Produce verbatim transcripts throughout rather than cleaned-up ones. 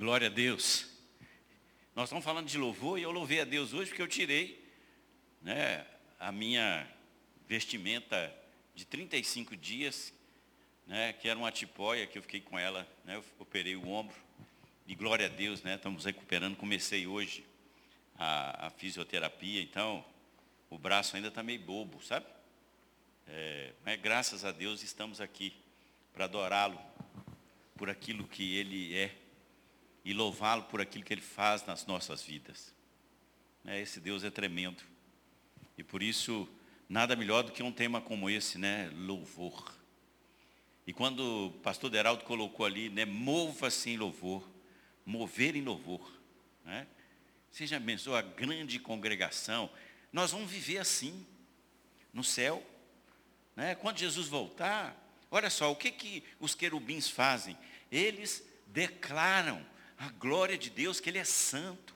Glória a Deus. Nós estamos falando de louvor e eu louvei a Deus hoje porque eu tirei, né, a minha vestimenta de trinta e cinco dias, né, que era uma tipóia que eu fiquei com ela, né, eu operei o ombro. E glória a Deus, né, estamos recuperando. Comecei hoje a, a fisioterapia, então o braço ainda está meio bobo, sabe? É, mas graças a Deus estamos aqui para adorá-lo por aquilo que Ele é e louvá-lo por aquilo que Ele faz nas nossas vidas. É, esse Deus é tremendo. E por isso, nada melhor do que um tema como esse, né? Louvor. E quando o pastor Deraldo colocou ali, né? Mova-se em louvor, mover em louvor. Né? Você já pensou a grande congregação? Nós vamos viver assim, no céu. Né? Quando Jesus voltar, olha só, o que, que os querubins fazem? Eles declaram a glória de Deus, que Ele é santo.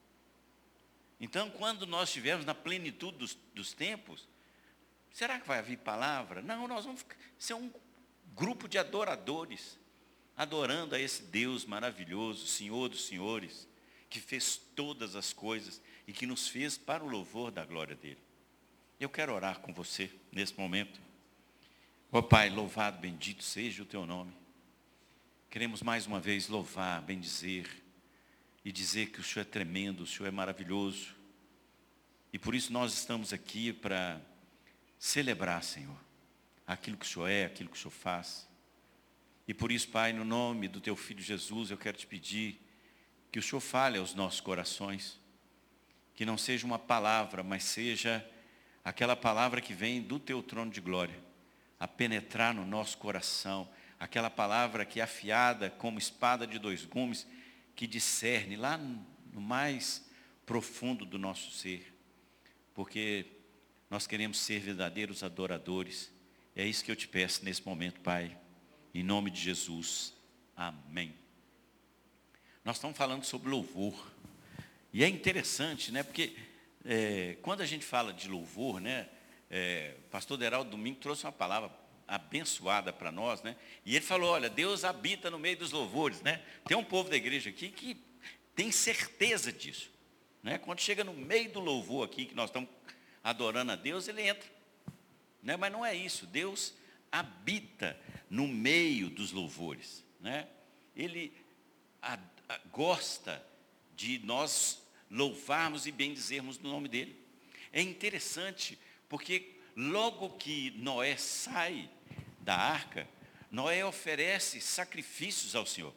Então, quando nós estivermos na plenitude dos, dos tempos, será que vai haver palavra? Não, nós vamos ser um grupo de adoradores, adorando a esse Deus maravilhoso, Senhor dos senhores, que fez todas as coisas e que nos fez para o louvor da glória dEle. Eu quero orar com você nesse momento. Ó Pai, louvado, bendito seja o Teu nome. Queremos mais uma vez louvar, bendizer e dizer que o Senhor é tremendo, o Senhor é maravilhoso. E por isso nós estamos aqui para celebrar, Senhor, aquilo que o Senhor é, aquilo que o Senhor faz. E por isso, Pai, no nome do Teu Filho Jesus, eu quero te pedir que o Senhor fale aos nossos corações. Que não seja uma palavra, mas seja aquela palavra que vem do Teu trono de glória, a penetrar no nosso coração. Aquela palavra que é afiada como espada de dois gumes, que discerne lá no mais profundo do nosso ser. Porque nós queremos ser verdadeiros adoradores. É isso que eu te peço nesse momento, Pai. Em nome de Jesus. Amém. Nós estamos falando sobre louvor. E é interessante, né? Porque é, quando a gente fala de louvor, né? É, o pastor Deraldo Domingo trouxe uma palavra abençoada para nós, né? E ele falou, olha, Deus habita no meio dos louvores, né? Tem um povo da igreja aqui que tem certeza disso, né? Quando chega no meio do louvor aqui, que nós estamos adorando a Deus, ele entra, né? Mas não é isso, Deus habita no meio dos louvores, né? Ele a, a, gosta de nós louvarmos e bendizermos no nome dele. É interessante, porque logo que Noé sai da arca, Noé oferece sacrifícios ao Senhor.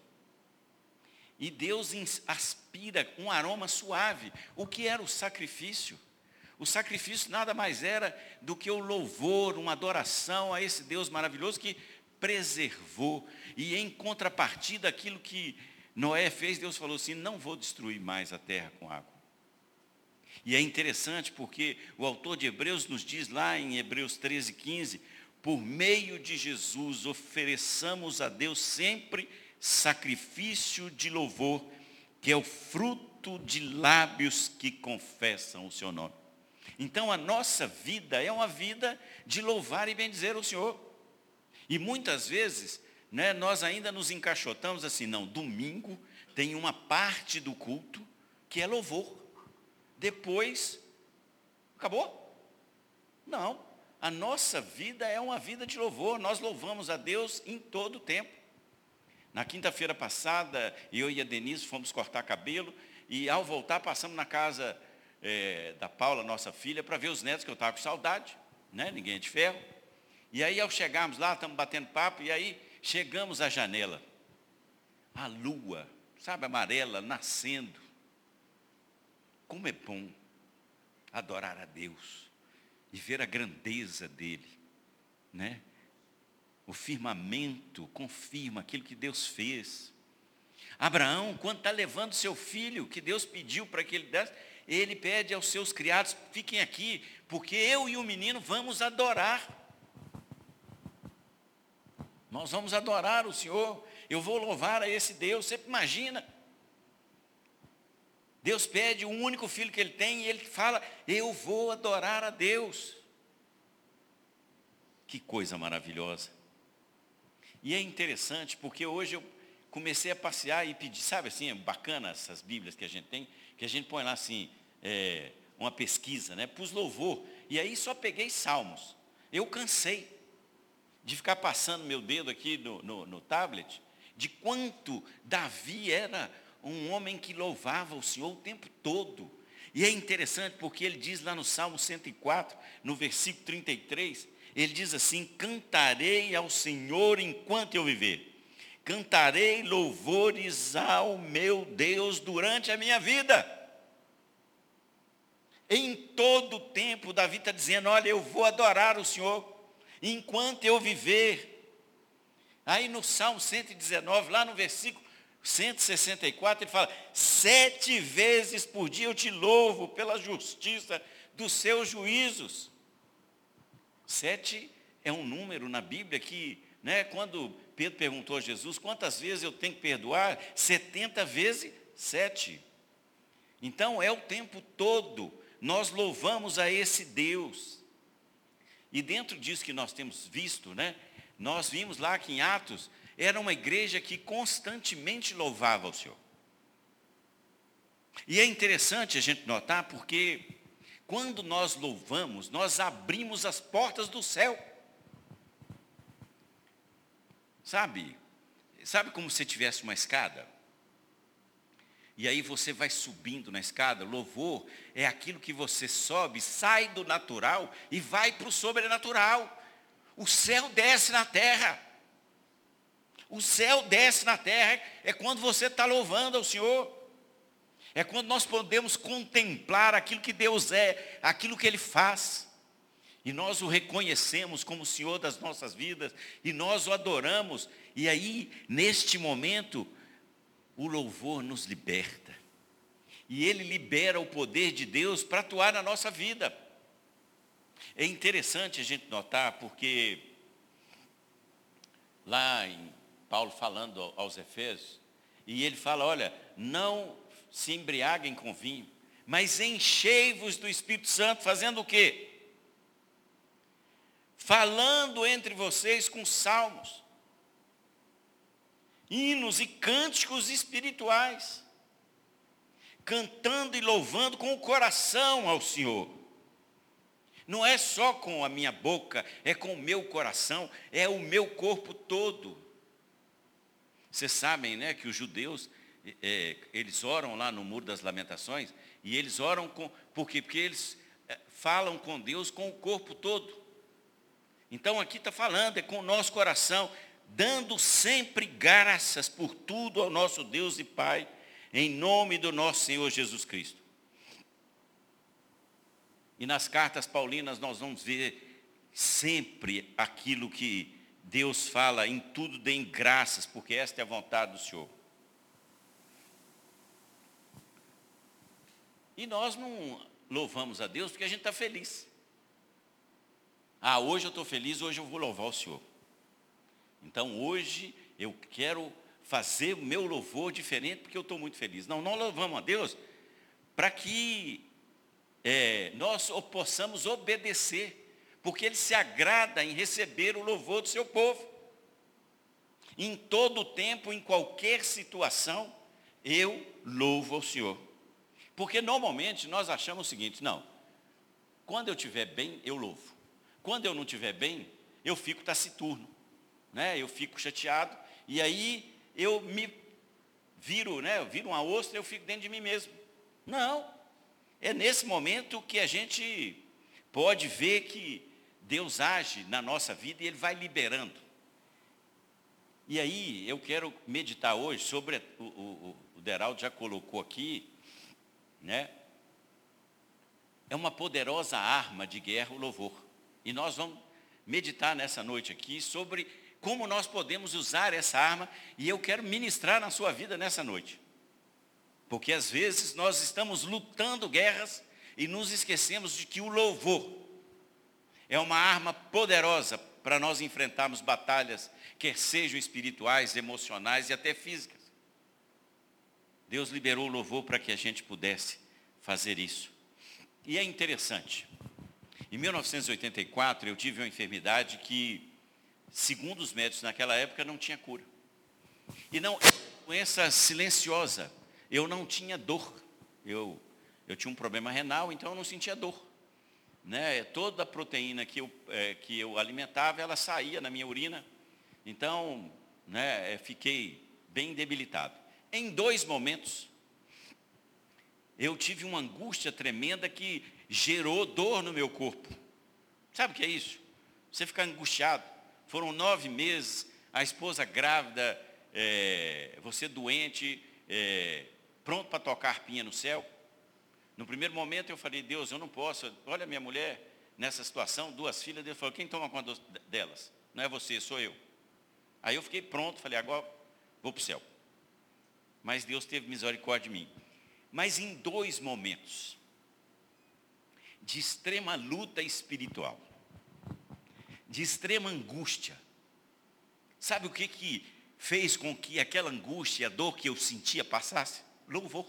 E Deus aspira um aroma suave. O que era o sacrifício? O sacrifício nada mais era do que o louvor, uma adoração a esse Deus maravilhoso que preservou. E em contrapartida, aquilo que Noé fez, Deus falou assim, não vou destruir mais a terra com água. E é interessante porque o autor de Hebreus nos diz lá em Hebreus treze, quinze, por meio de Jesus ofereçamos a Deus sempre sacrifício de louvor, que é o fruto de lábios que confessam o seu nome. Então a nossa vida é uma vida de louvar e bendizer o Senhor. E muitas vezes, né, nós ainda nos encaixotamos assim, não, domingo tem uma parte do culto que é louvor. Depois, acabou? Não, a nossa vida é uma vida de louvor, nós louvamos a Deus em todo o tempo. Na quinta-feira passada, eu e a Denise fomos cortar cabelo, e ao voltar passamos na casa é, da Paula, nossa filha, para ver os netos, que eu estava com saudade, né? Ninguém é de ferro. E aí ao chegarmos lá, estamos batendo papo, e aí chegamos à janela. A lua, sabe, amarela, nascendo. Como é bom adorar a Deus e ver a grandeza dEle, né? O firmamento confirma aquilo que Deus fez. Abraão, quando está levando seu filho, que Deus pediu para que ele desse, ele pede aos seus criados, fiquem aqui, porque eu e o menino vamos adorar. Nós vamos adorar o Senhor, eu vou louvar a esse Deus. Você imagina? Deus pede o único filho que ele tem e ele fala, eu vou adorar a Deus. Que coisa maravilhosa. E é interessante porque hoje eu comecei a passear e pedir, sabe assim, é bacana essas Bíblias que a gente tem, que a gente põe lá assim, é, uma pesquisa, né? Pus louvor, e aí só peguei salmos. Eu cansei de ficar passando meu dedo aqui no, no, no tablet, de quanto Davi era um homem que louvava o Senhor o tempo todo. E é interessante porque ele diz lá no Salmo cento e quatro, no versículo trinta e três, ele diz assim: cantarei ao Senhor enquanto eu viver. Cantarei louvores ao meu Deus durante a minha vida. Em todo tempo, Davi está dizendo, olha, eu vou adorar o Senhor enquanto eu viver. Aí no Salmo cento e dezenove, lá no versículo cento e sessenta e quatro, ele fala, sete vezes por dia eu te louvo pela justiça dos seus juízos. Sete é um número na Bíblia que, né, quando Pedro perguntou a Jesus, quantas vezes eu tenho que perdoar? setenta vezes sete. Então é o tempo todo, nós louvamos a esse Deus. E dentro disso que nós temos visto, né, nós vimos lá que em Atos, era uma igreja que constantemente louvava o Senhor. E é interessante a gente notar, porque quando nós louvamos, nós abrimos as portas do céu. Sabe? Sabe como se tivesse uma escada? E aí você vai subindo na escada. Louvor é aquilo que você sobe, sai do natural e vai para o sobrenatural. O céu desce na terra. O céu desce na terra é quando você está louvando ao Senhor. É quando nós podemos contemplar aquilo que Deus é, aquilo que Ele faz. E nós o reconhecemos como o Senhor das nossas vidas. E nós o adoramos. E aí, neste momento, o louvor nos liberta. E ele libera o poder de Deus para atuar na nossa vida. É interessante a gente notar, porque lá em Paulo falando aos Efésios, e ele fala, olha, não se embriaguem com vinho, mas enchei-vos do Espírito Santo, fazendo o quê? Falando entre vocês com salmos, hinos e cânticos espirituais, cantando e louvando com o coração ao Senhor. Não é só com a minha boca, é com o meu coração, é o meu corpo todo. Vocês sabem, né, que os judeus, é, eles oram lá no Muro das Lamentações, e eles oram com, por quê? Porque eles é, falam com Deus com o corpo todo. Então aqui está falando, é com o nosso coração, dando sempre graças por tudo ao nosso Deus e Pai, em nome do nosso Senhor Jesus Cristo. E nas cartas paulinas nós vamos ver sempre aquilo que Deus fala, em tudo deem graças, porque esta é a vontade do Senhor. E nós não louvamos a Deus porque a gente está feliz. Ah, hoje eu estou feliz, hoje eu vou louvar o Senhor. Então hoje eu quero fazer o meu louvor diferente porque eu estou muito feliz. Não, nós louvamos a Deus para que é, nós possamos obedecer, porque Ele se agrada em receber o louvor do seu povo. Em todo tempo, em qualquer situação, eu louvo ao Senhor. Porque normalmente nós achamos o seguinte, não, quando eu estiver bem, eu louvo. Quando eu não estiver bem, eu fico taciturno, né? Eu fico chateado, e aí eu me viro, né? Eu viro uma ostra, eu fico dentro de mim mesmo. Não, é nesse momento que a gente pode ver que Deus age na nossa vida e Ele vai liberando. E aí eu quero meditar hoje sobre, o, o, o Deraldo já colocou aqui, né? É uma poderosa arma de guerra o louvor. E nós vamos meditar nessa noite aqui sobre como nós podemos usar essa arma, e eu quero ministrar na sua vida nessa noite. Porque às vezes nós estamos lutando guerras e nos esquecemos de que o louvor é uma arma poderosa para nós enfrentarmos batalhas, quer sejam espirituais, emocionais e até físicas. Deus liberou o louvor para que a gente pudesse fazer isso. E é interessante. Em mil novecentos e oitenta e quatro, eu tive uma enfermidade que, segundo os médicos naquela época, não tinha cura. E não, doença silenciosa. Eu não tinha dor. Eu, eu tinha um problema renal, então eu não sentia dor. Né? Toda a proteína que eu, é, que eu alimentava, ela saía na minha urina. Então, né, fiquei bem debilitado. Em dois momentos, eu tive uma angústia tremenda que gerou dor no meu corpo. Sabe o que é isso? Você ficar angustiado. Foram nove meses, a esposa grávida, é, você doente, é, pronto para tocar harpinha no céu. No primeiro momento eu falei, Deus, eu não posso. Olha, minha mulher, nessa situação, duas filhas, Deus falou, quem toma conta delas? Não é você, sou eu. Aí eu fiquei pronto, falei, agora vou para o céu. Mas Deus teve misericórdia de mim. Mas em dois momentos de extrema luta espiritual, de extrema angústia, sabe o que que fez com que aquela angústia e a dor que eu sentia passasse? Louvor.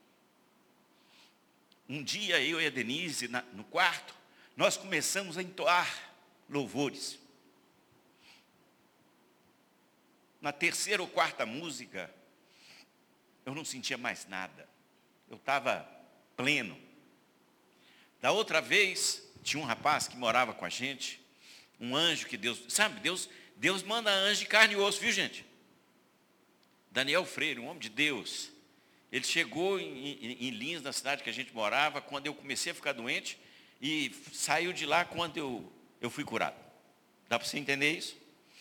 Um dia eu e a Denise, na, no quarto, nós começamos a entoar louvores. Na terceira ou quarta música, eu não sentia mais nada. Eu estava pleno. Da outra vez, tinha um rapaz que morava com a gente, um anjo que Deus... Sabe, Deus, Deus manda anjo de carne e osso, viu, gente? Daniel Freire, um homem de Deus. Ele chegou em, em, em Lins, na cidade que a gente morava, quando eu comecei a ficar doente, e saiu de lá quando eu, eu fui curado. Dá para você entender isso?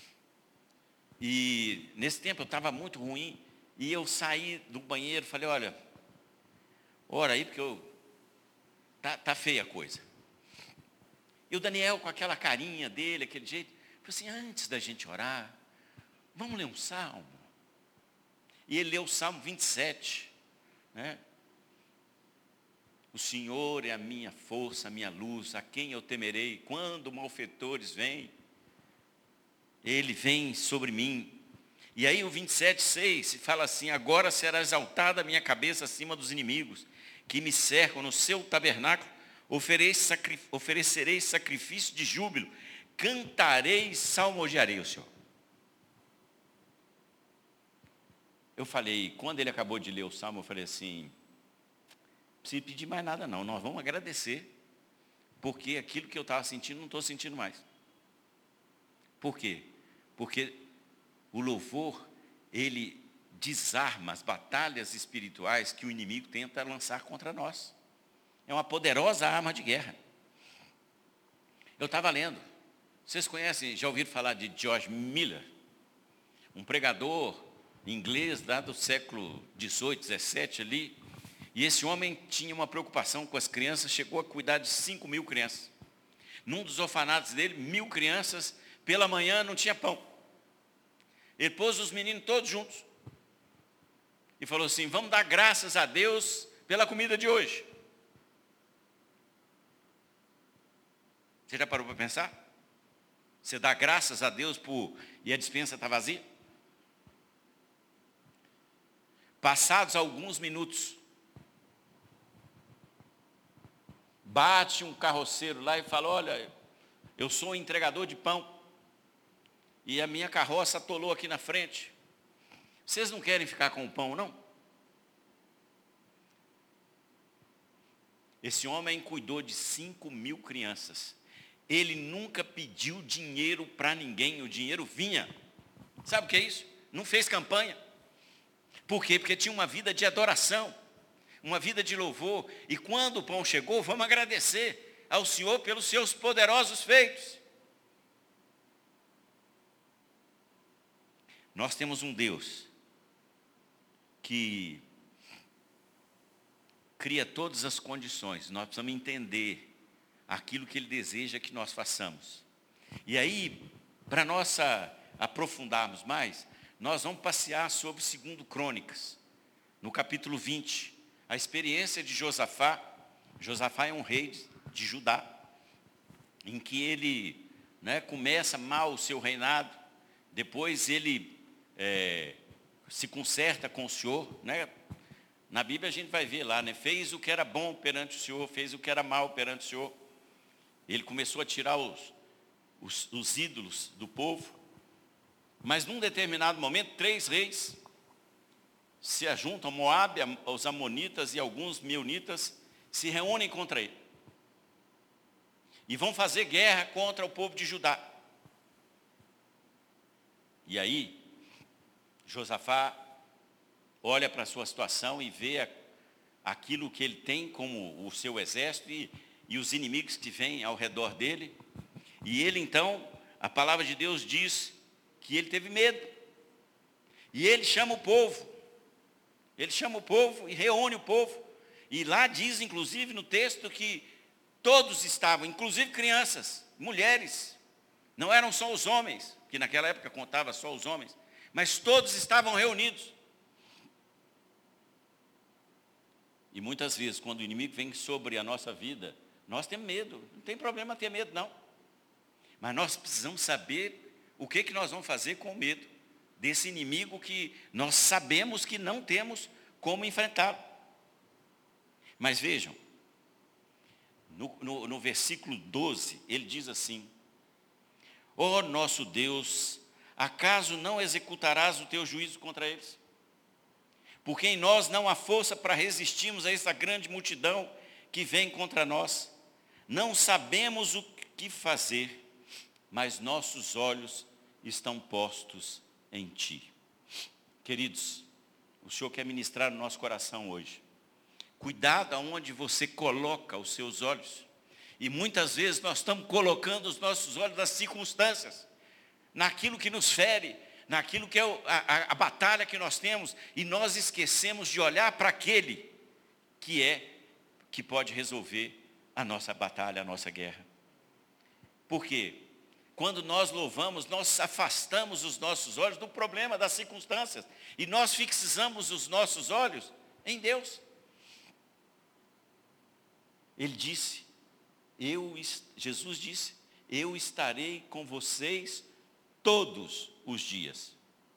E nesse tempo eu estava muito ruim, e eu saí do banheiro e falei, olha, ora aí, porque eu, tá, tá feia a coisa. E o Daniel, com aquela carinha dele, aquele jeito, falou assim, antes da gente orar, vamos ler um salmo. E ele leu o Salmo vinte e sete. Né? O Senhor é a minha força, a minha luz, a quem eu temerei? Quando malfeitores vêm, ele vem sobre mim. E aí o vinte e sete, seis, fala assim, agora será exaltada a minha cabeça acima dos inimigos, que me cercam no seu tabernáculo, oferecerei sacrifício de júbilo, cantarei e salmodiarei o Senhor. Eu falei, quando ele acabou de ler o salmo, eu falei assim, não precisa pedir mais nada não, nós vamos agradecer, porque aquilo que eu estava sentindo, não estou sentindo mais. Por quê? Porque o louvor, ele desarma as batalhas espirituais que o inimigo tenta lançar contra nós. É uma poderosa arma de guerra. Eu estava lendo, vocês conhecem, já ouviram falar de George Miller? Um pregador inglês lá do século dezoito, dezessete ali, e esse homem tinha uma preocupação com as crianças, chegou a cuidar de cinco mil crianças. Num dos orfanatos dele, mil crianças, pela manhã não tinha pão. Ele pôs os meninos todos juntos e falou assim, vamos dar graças a Deus pela comida de hoje. Você já parou para pensar? Você dá graças a Deus por... e a despensa está vazia? Passados alguns minutos, bate um carroceiro lá e fala, olha, eu sou um entregador de pão, e a minha carroça atolou aqui na frente. Vocês não querem ficar com o pão, não? Esse homem cuidou de cinco mil crianças. Ele nunca pediu dinheiro para ninguém, o dinheiro vinha. Sabe o que é isso? Não fez campanha. Por quê? Porque tinha uma vida de adoração, uma vida de louvor. E quando o pão chegou, vamos agradecer ao Senhor pelos seus poderosos feitos. Nós temos um Deus que cria todas as condições. Nós precisamos entender aquilo que Ele deseja que nós façamos. E aí, para nós aprofundarmos mais, nós vamos passear sobre segundo Crônicas, no capítulo vinte, a experiência de Josafá. Josafá é um rei de, de Judá, em que ele, né, começa mal o seu reinado, depois ele é, se conserta com o Senhor, né? Na Bíblia a gente vai ver lá, né? Fez o que era bom perante o Senhor, fez o que era mal perante o Senhor. Ele começou a tirar os, os, os ídolos do povo. Mas num determinado momento, três reis se ajuntam, Moabe, os amonitas e alguns meunitas se reúnem contra ele. E vão fazer guerra contra o povo de Judá. E aí, Josafá olha para a sua situação e vê aquilo que ele tem como o seu exército e, e os inimigos que vêm ao redor dele. E ele então, a palavra de Deus diz que ele teve medo. E ele chama o povo. Ele chama o povo e reúne o povo. E lá diz, inclusive, no texto que todos estavam, inclusive crianças, mulheres. Não eram só os homens, que naquela época contava só os homens, mas todos estavam reunidos. E muitas vezes, quando o inimigo vem sobre a nossa vida, nós temos medo. Não tem problema ter medo, não. Mas nós precisamos saber o que, que nós vamos fazer com o medo desse inimigo que nós sabemos que não temos como enfrentá-lo. Mas vejam, no, no, no versículo doze, ele diz assim: ó nosso Deus, acaso não executarás o teu juízo contra eles? Porque em nós não há força para resistirmos a essa grande multidão que vem contra nós. Não sabemos o que fazer, mas nossos olhos estão postos em Ti. Queridos, o Senhor quer ministrar no nosso coração hoje. Cuidado aonde você coloca os seus olhos. E muitas vezes nós estamos colocando os nossos olhos nas circunstâncias, naquilo que nos fere, naquilo que é a, a, a batalha que nós temos, e nós esquecemos de olhar para aquele que é, que pode resolver a nossa batalha, a nossa guerra. Por quê? Quando nós louvamos, nós afastamos os nossos olhos do problema, das circunstâncias, e nós fixamos os nossos olhos em Deus. Ele disse, eu, Jesus disse, eu estarei com vocês todos os dias,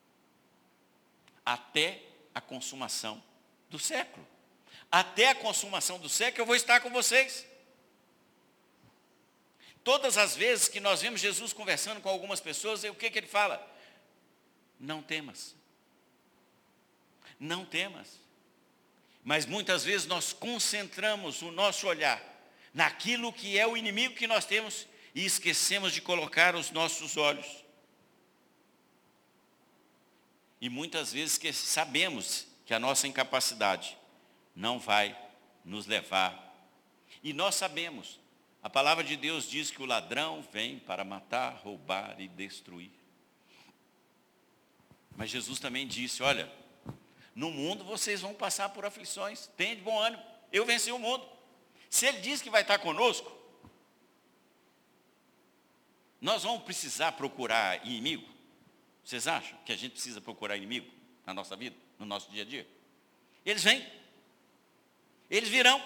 até a consumação do século. Até a consumação do século eu vou estar com vocês. Todas as vezes que nós vemos Jesus conversando com algumas pessoas, o que, que ele fala? Não temas. Não temas. Mas muitas vezes nós concentramos o nosso olhar naquilo que é o inimigo que nós temos e esquecemos de colocar os nossos olhos. E muitas vezes que sabemos que a nossa incapacidade não vai nos levar. E nós sabemos, a palavra de Deus diz que o ladrão vem para matar, roubar e destruir. Mas Jesus também disse, olha, no mundo vocês vão passar por aflições, tenha de bom ânimo, eu venci o mundo. Se ele diz que vai estar conosco, nós vamos precisar procurar inimigo? Vocês acham que a gente precisa procurar inimigo na nossa vida, no nosso dia a dia? Eles vêm, eles virão.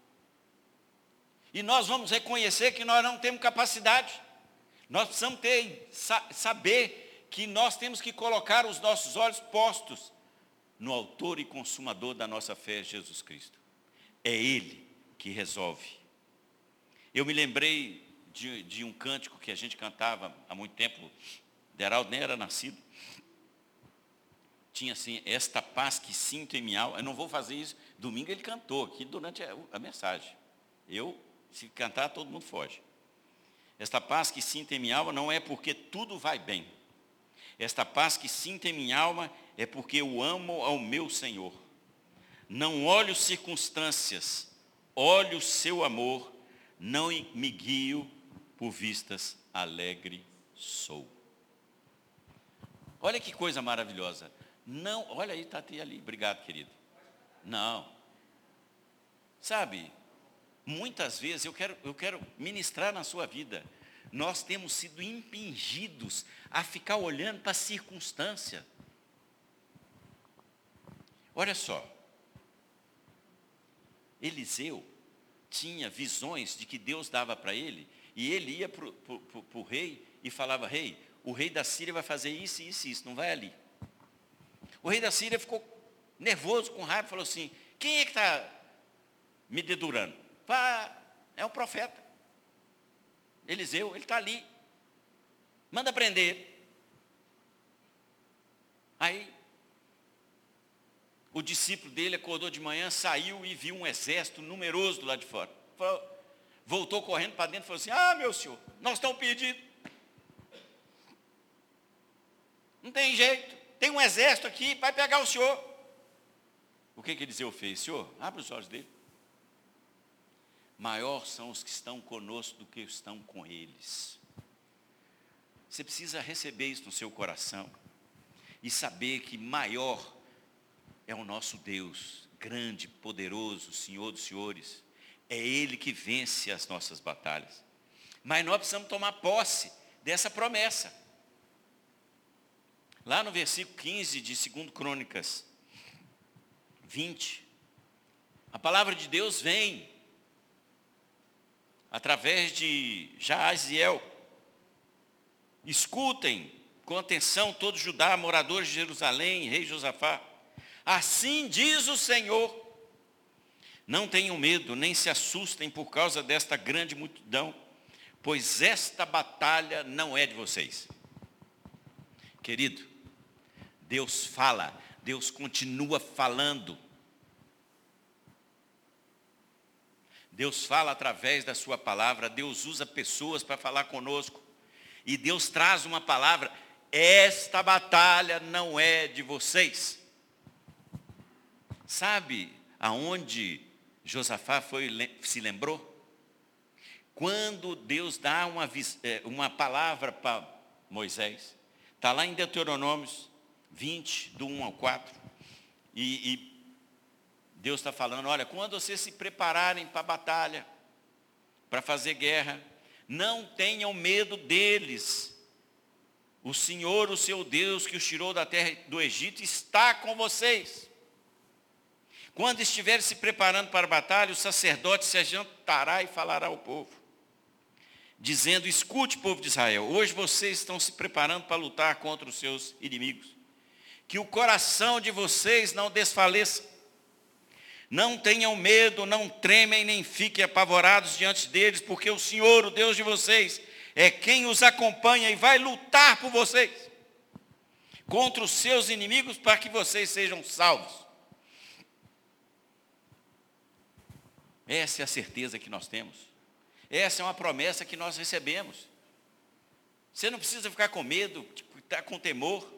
E nós vamos reconhecer que nós não temos capacidade. Nós precisamos ter, saber que nós temos que colocar os nossos olhos postos no autor e consumador da nossa fé, Jesus Cristo. É Ele que resolve. Eu me lembrei de, de um cântico que a gente cantava há muito tempo. Deraldo nem era nascido. Tinha assim, esta paz que sinto em minha alma. Eu não vou fazer isso. Domingo ele cantou aqui durante a, a mensagem. Eu, se cantar, todo mundo foge. Esta paz que sinto em minha alma não é porque tudo vai bem. Esta paz que sinto em minha alma é porque eu amo ao meu Senhor. Não olho circunstâncias, olho o seu amor, não me guio por vistas, alegre sou. Olha que coisa maravilhosa. Não, olha aí, Tati ali. Obrigado, querido. Não. Sabe, muitas vezes eu quero, eu quero ministrar na sua vida. Nós temos sido impingidos a ficar olhando para a circunstância. Olha só. Eliseu tinha visões de que Deus dava para ele, e ele ia para o rei e falava, rei, o rei da Síria vai fazer isso, isso e isso, não vai ali. O rei da Síria ficou nervoso, com raiva, falou assim, quem é que está me dedurando? Vá, é um profeta. Eliseu, ele está ali. Manda prender. Aí, o discípulo dele acordou de manhã, saiu e viu um exército numeroso do lado de fora. Voltou correndo para dentro e falou assim: ah, meu senhor, nós estamos perdidos. Não tem jeito, tem um exército aqui, vai pegar o senhor. O que que Eliseu fez? Senhor, abre os olhos dele. Maior são os que estão conosco do que estão com eles. Você precisa receber isso no seu coração e saber que maior é o nosso Deus, grande, poderoso, Senhor dos senhores. É Ele que vence as nossas batalhas. Mas nós precisamos tomar posse dessa promessa. Lá no versículo quinze de Segunda Crônicas vinte, a palavra de Deus vem através de Jaaziel. Escutem com atenção todo Judá, moradores de Jerusalém, rei Josafá. Assim diz o Senhor: não tenham medo, nem se assustem por causa desta grande multidão, pois esta batalha não é de vocês. Querido, Deus fala, Deus continua falando. Deus fala através da sua palavra, Deus usa pessoas para falar conosco. E Deus traz uma palavra: esta batalha não é de vocês. Sabe aonde Josafá foi, se lembrou? Quando Deus dá uma, uma palavra para Moisés. Está lá em Deuteronômios vinte, do um ao quatro. E, e Deus está falando: olha, quando vocês se prepararem para a batalha, para fazer guerra, não tenham medo deles. O Senhor, o seu Deus, que os tirou da terra do Egito, está com vocês. Quando estiverem se preparando para a batalha, o sacerdote se adiantará e falará ao povo, dizendo: escute, povo de Israel, hoje vocês estão se preparando para lutar contra os seus inimigos. Que o coração de vocês não desfaleça. Não tenham medo, não tremem, nem fiquem apavorados diante deles, porque o Senhor, o Deus de vocês, é quem os acompanha e vai lutar por vocês, contra os seus inimigos, para que vocês sejam salvos. Essa é a certeza que nós temos. Essa é uma promessa que nós recebemos. Você não precisa ficar com medo, estar com temor.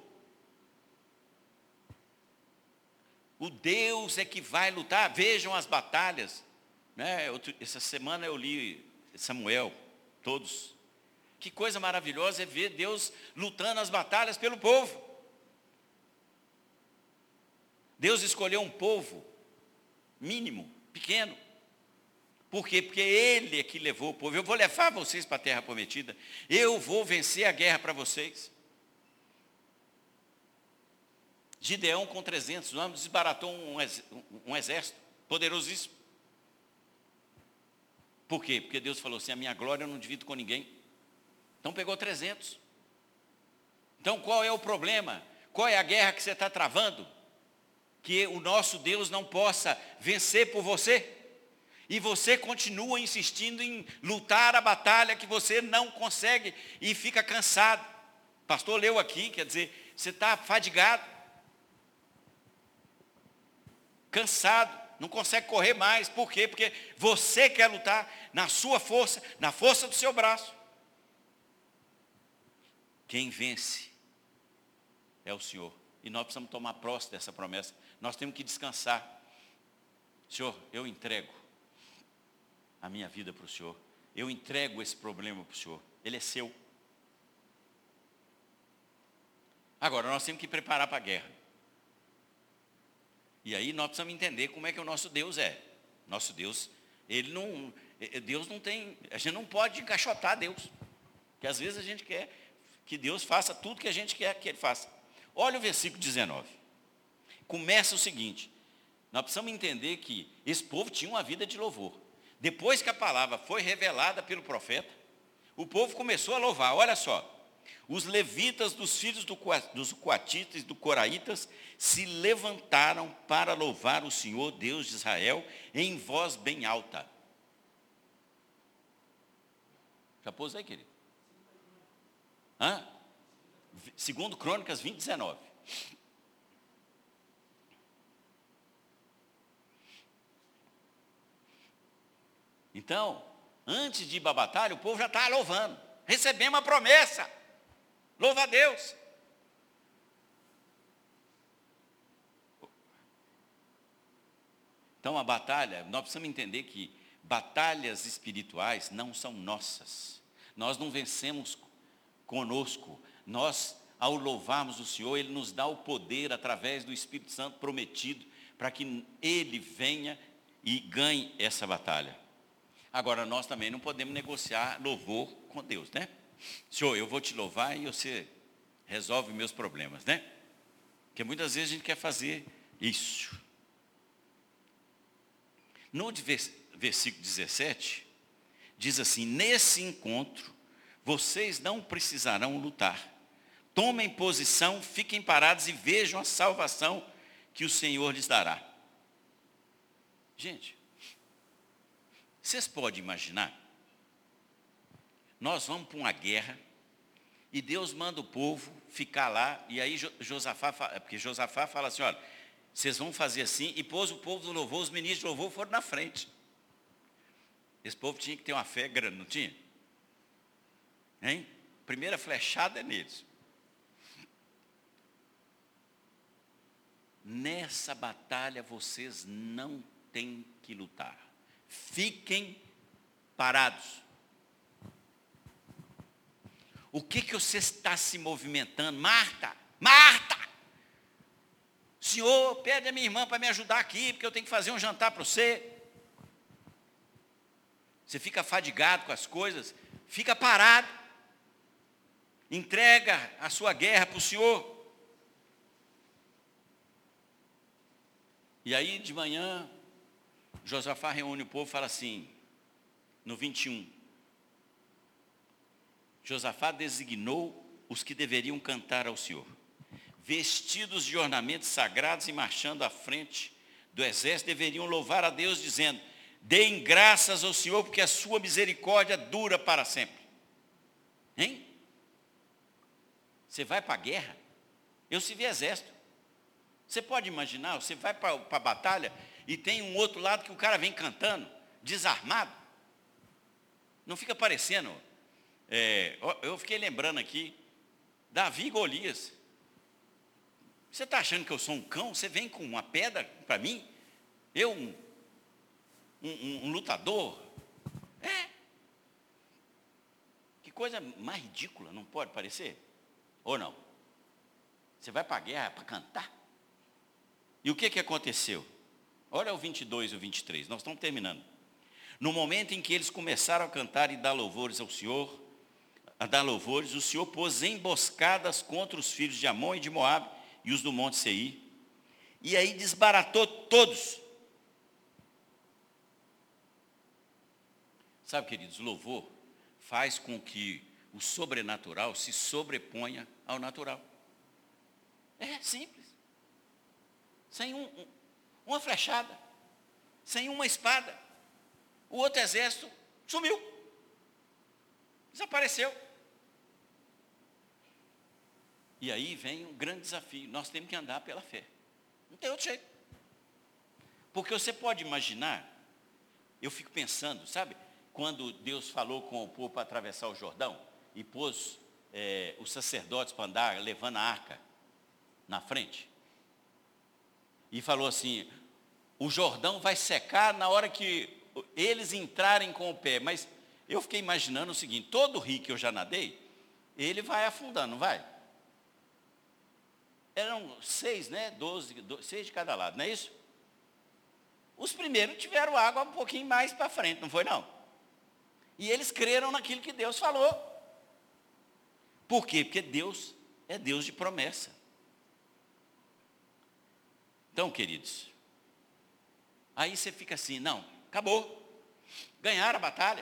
O Deus é que vai lutar. Vejam as batalhas. Né? Essa semana eu li Samuel, todos. Que coisa maravilhosa é ver Deus lutando as batalhas pelo povo. Deus escolheu um povo mínimo, pequeno. Por quê? Porque Ele é que levou o povo. Eu vou levar vocês para a terra prometida. Eu vou vencer a guerra para vocês. Gideão, com trezentos homens, desbaratou um, ex, um exército poderosíssimo. Por quê? Porque Deus falou assim: a minha glória eu não divido com ninguém. Então pegou trezentos. Então qual é o problema? Qual é a guerra que você está travando? Que o nosso Deus não possa vencer por você. E você continua insistindo em lutar a batalha que você não consegue e fica cansado. O pastor leu aqui, quer dizer, você está fadigado, cansado, não consegue correr mais. Por quê? Porque você quer lutar na sua força, na força do seu braço. Quem vence é o Senhor. E nós precisamos tomar posse dessa promessa. Nós temos que descansar. Senhor, eu entrego a minha vida para o Senhor. Eu entrego esse problema para o Senhor. Ele é seu. Agora, nós temos que preparar para a guerra. E aí nós precisamos entender como é que o nosso Deus é. Nosso Deus, ele não, Deus não tem, a gente não pode encaixotar Deus. Porque às vezes a gente quer que Deus faça tudo que a gente quer que Ele faça. Olha o versículo dezenove. Começa o seguinte: nós precisamos entender que esse povo tinha uma vida de louvor. Depois que a palavra foi revelada pelo profeta, o povo começou a louvar. Olha só, os levitas dos filhos do, dos coatitas e do coraitas se levantaram para louvar o Senhor Deus de Israel em voz bem alta. Já pôs aí, querido? Hã? Segundo Crônicas vinte, dezenove. Então, antes de ir para a batalha, o povo já estava louvando. Recebemos a promessa. Louva a Deus. Então, a batalha, nós precisamos entender que batalhas espirituais não são nossas. Nós não vencemos conosco. Nós, ao louvarmos o Senhor, Ele nos dá o poder através do Espírito Santo prometido para que Ele venha e ganhe essa batalha. Agora, nós também não podemos negociar louvor com Deus, né? Senhor, eu vou te louvar e você resolve meus problemas, né? Porque muitas vezes a gente quer fazer isso. No versículo dezessete, diz assim: nesse encontro, vocês não precisarão lutar. Tomem posição, fiquem parados e vejam a salvação que o Senhor lhes dará. Gente, vocês podem imaginar? Nós vamos para uma guerra e Deus manda o povo ficar lá, e aí Josafá, porque Josafá fala assim, olha, vocês vão fazer assim, e pôs o povo do louvor, os ministros do louvor foram na frente. Esse povo tinha que ter uma fé grande, não tinha? Hein? Primeira flechada é neles. Nessa batalha vocês não têm que lutar. Fiquem parados. O que que você está se movimentando? Marta, Marta! Senhor, pede a minha irmã para me ajudar aqui, porque eu tenho que fazer um jantar para você. Você fica fadigado com as coisas, fica parado. Entrega a sua guerra para o Senhor. E aí, de manhã, Josafá reúne o povo e fala assim, no vinte e um, Josafá designou os que deveriam cantar ao Senhor, vestidos de ornamentos sagrados e marchando à frente do exército, deveriam louvar a Deus, dizendo, deem graças ao Senhor, porque a sua misericórdia dura para sempre. Hein? Você vai para a guerra? Eu servi exército. Você pode imaginar, você vai para a batalha e tem um outro lado que o cara vem cantando, desarmado. Não fica parecendo. É, eu fiquei lembrando aqui, Davi e Golias. Você está achando que eu sou um cão? Você vem com uma pedra para mim? Eu, um, um, um lutador? É. Que coisa mais ridícula, não pode parecer? Ou não? Você vai para a guerra para cantar? E o que, que aconteceu? Olha o vinte e dois e o vinte e três, nós estamos terminando. No momento em que eles começaram a cantar e dar louvores ao Senhor, a dar louvores, o Senhor pôs emboscadas contra os filhos de Amon e de Moabe e os do Monte Seir. E aí desbaratou todos. Sabe, queridos, louvor faz com que o sobrenatural se sobreponha ao natural. É simples. Sem um, um, uma flechada, sem uma espada, o outro exército sumiu, desapareceu. E aí vem um grande desafio, nós temos que andar pela fé, não tem outro jeito. Porque você pode imaginar, eu fico pensando, sabe, quando Deus falou com o povo para atravessar o Jordão, e pôs é, os sacerdotes para andar levando a arca na frente, e falou assim, o Jordão vai secar na hora que eles entrarem com o pé. Mas eu fiquei imaginando o seguinte, todo rio que eu já nadei, ele vai afundando, não vai? Eram seis, né? Doze, doze, seis de cada lado, não é isso? Os primeiros tiveram água um pouquinho mais para frente, não foi não? E eles creram naquilo que Deus falou. Por quê? Porque Deus é Deus de promessa. Então, queridos, aí você fica assim, não, acabou, ganharam a batalha.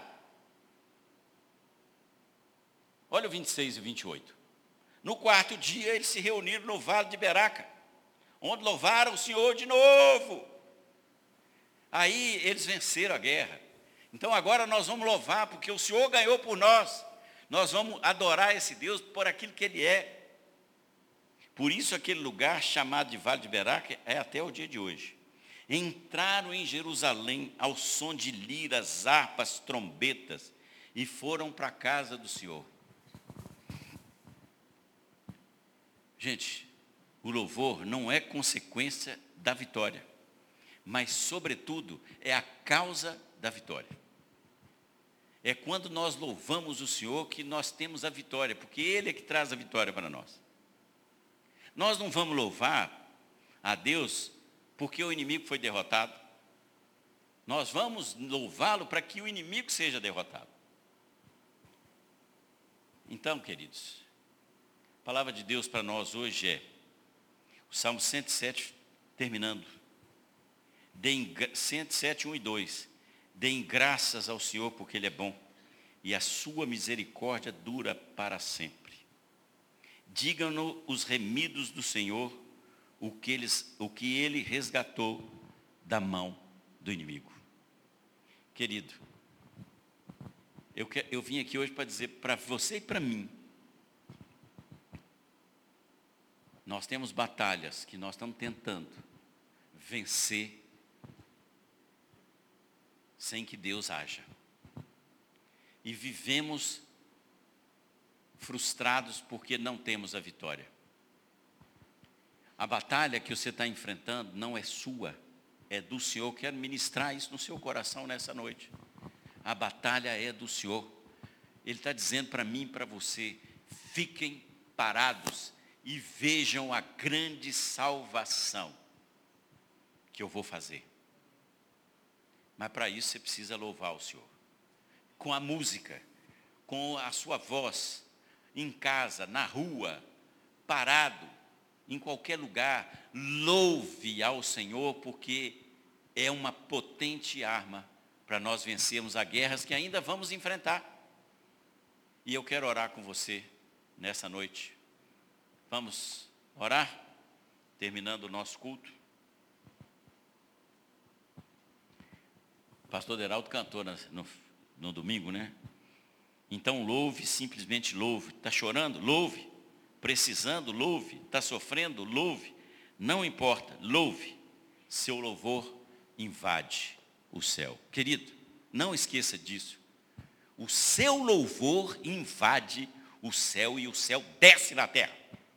Olha o vinte e seis e o vinte e oito. No quarto dia, eles se reuniram no vale de Beraca, onde louvaram o Senhor de novo. Aí eles venceram a guerra. Então agora nós vamos louvar, porque o Senhor ganhou por nós. Nós vamos adorar esse Deus por aquilo que Ele é. Por isso aquele lugar chamado de Vale de Beraca é até o dia de hoje. entraram em Jerusalém ao som de liras, harpas, trombetas, e foram para a casa do Senhor. Gente, o louvor não é consequência da vitória, mas, sobretudo, é a causa da vitória. É quando nós louvamos o Senhor que nós temos a vitória, porque Ele é que traz a vitória para nós. Nós não vamos louvar a Deus porque o inimigo foi derrotado. Nós vamos louvá-lo para que o inimigo seja derrotado. Então, queridos, a palavra de Deus para nós hoje é o Salmo cento e sete, terminando. Deem, cento e sete, um e dois. Deem graças ao Senhor porque Ele é bom, e a sua misericórdia dura para sempre. Digam-nos os remidos do Senhor, o que, eles, o que Ele resgatou da mão do inimigo. Querido, eu, que, eu vim aqui hoje para dizer para você e para mim, nós temos batalhas que nós estamos tentando vencer sem que Deus haja. E vivemos frustrados porque não temos a vitória. A batalha que você está enfrentando não é sua, é do Senhor. Quero ministrar isso no seu coração nessa noite. A batalha é do Senhor. Ele está dizendo para mim e para você, fiquem parados e vejam a grande salvação que eu vou fazer. Mas para isso você precisa louvar o Senhor. Com a música, com a sua voz, em casa, na rua, parado, em qualquer lugar, louve ao Senhor, porque é uma potente arma para nós vencermos as guerras que ainda vamos enfrentar. E eu quero orar com você nessa noite. Vamos orar, terminando o nosso culto. O pastor Deraldo cantou no, no domingo, né? Então louve, simplesmente louve. Está chorando? Louve. Precisando? Louve. Está sofrendo? Louve. Não importa, louve. Seu louvor invade o céu. Querido, não esqueça disso. O seu louvor invade o céu e o céu desce na terra.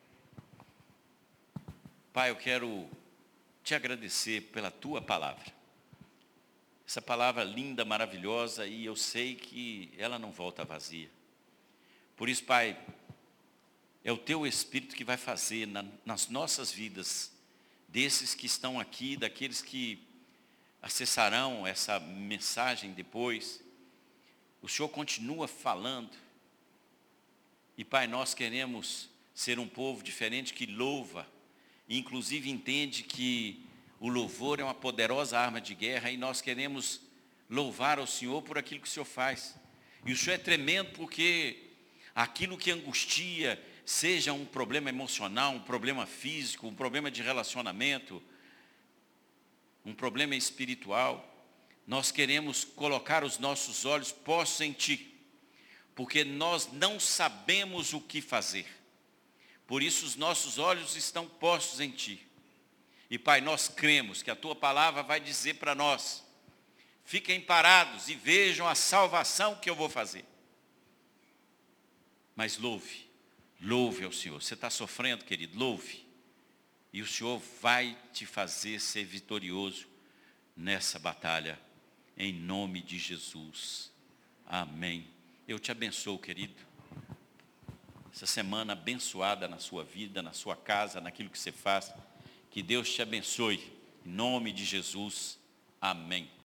Pai, eu quero te agradecer pela tua palavra. Essa palavra linda, maravilhosa, e eu sei que ela não volta vazia. Por isso, Pai, é o teu Espírito que vai fazer na, nas nossas vidas, desses que estão aqui, daqueles que acessarão essa mensagem depois. O Senhor continua falando. E, Pai, nós queremos ser um povo diferente que louva, e inclusive entende que o louvor é uma poderosa arma de guerra e nós queremos louvar ao Senhor por aquilo que o Senhor faz. E o Senhor é tremendo porque aquilo que angustia, seja um problema emocional, um problema físico, um problema de relacionamento, um problema espiritual, nós queremos colocar os nossos olhos postos em Ti, porque nós não sabemos o que fazer. Por isso os nossos olhos estão postos em Ti. E, Pai, nós cremos que a Tua palavra vai dizer para nós, fiquem parados e vejam a salvação que eu vou fazer. Mas louve, louve ao Senhor. Você está sofrendo, querido? Louve. E o Senhor vai te fazer ser vitorioso nessa batalha, em nome de Jesus. Amém. Eu te abençoo, querido. Essa semana abençoada na sua vida, na sua casa, naquilo que você faz. Que Deus te abençoe. Em nome de Jesus. Amém.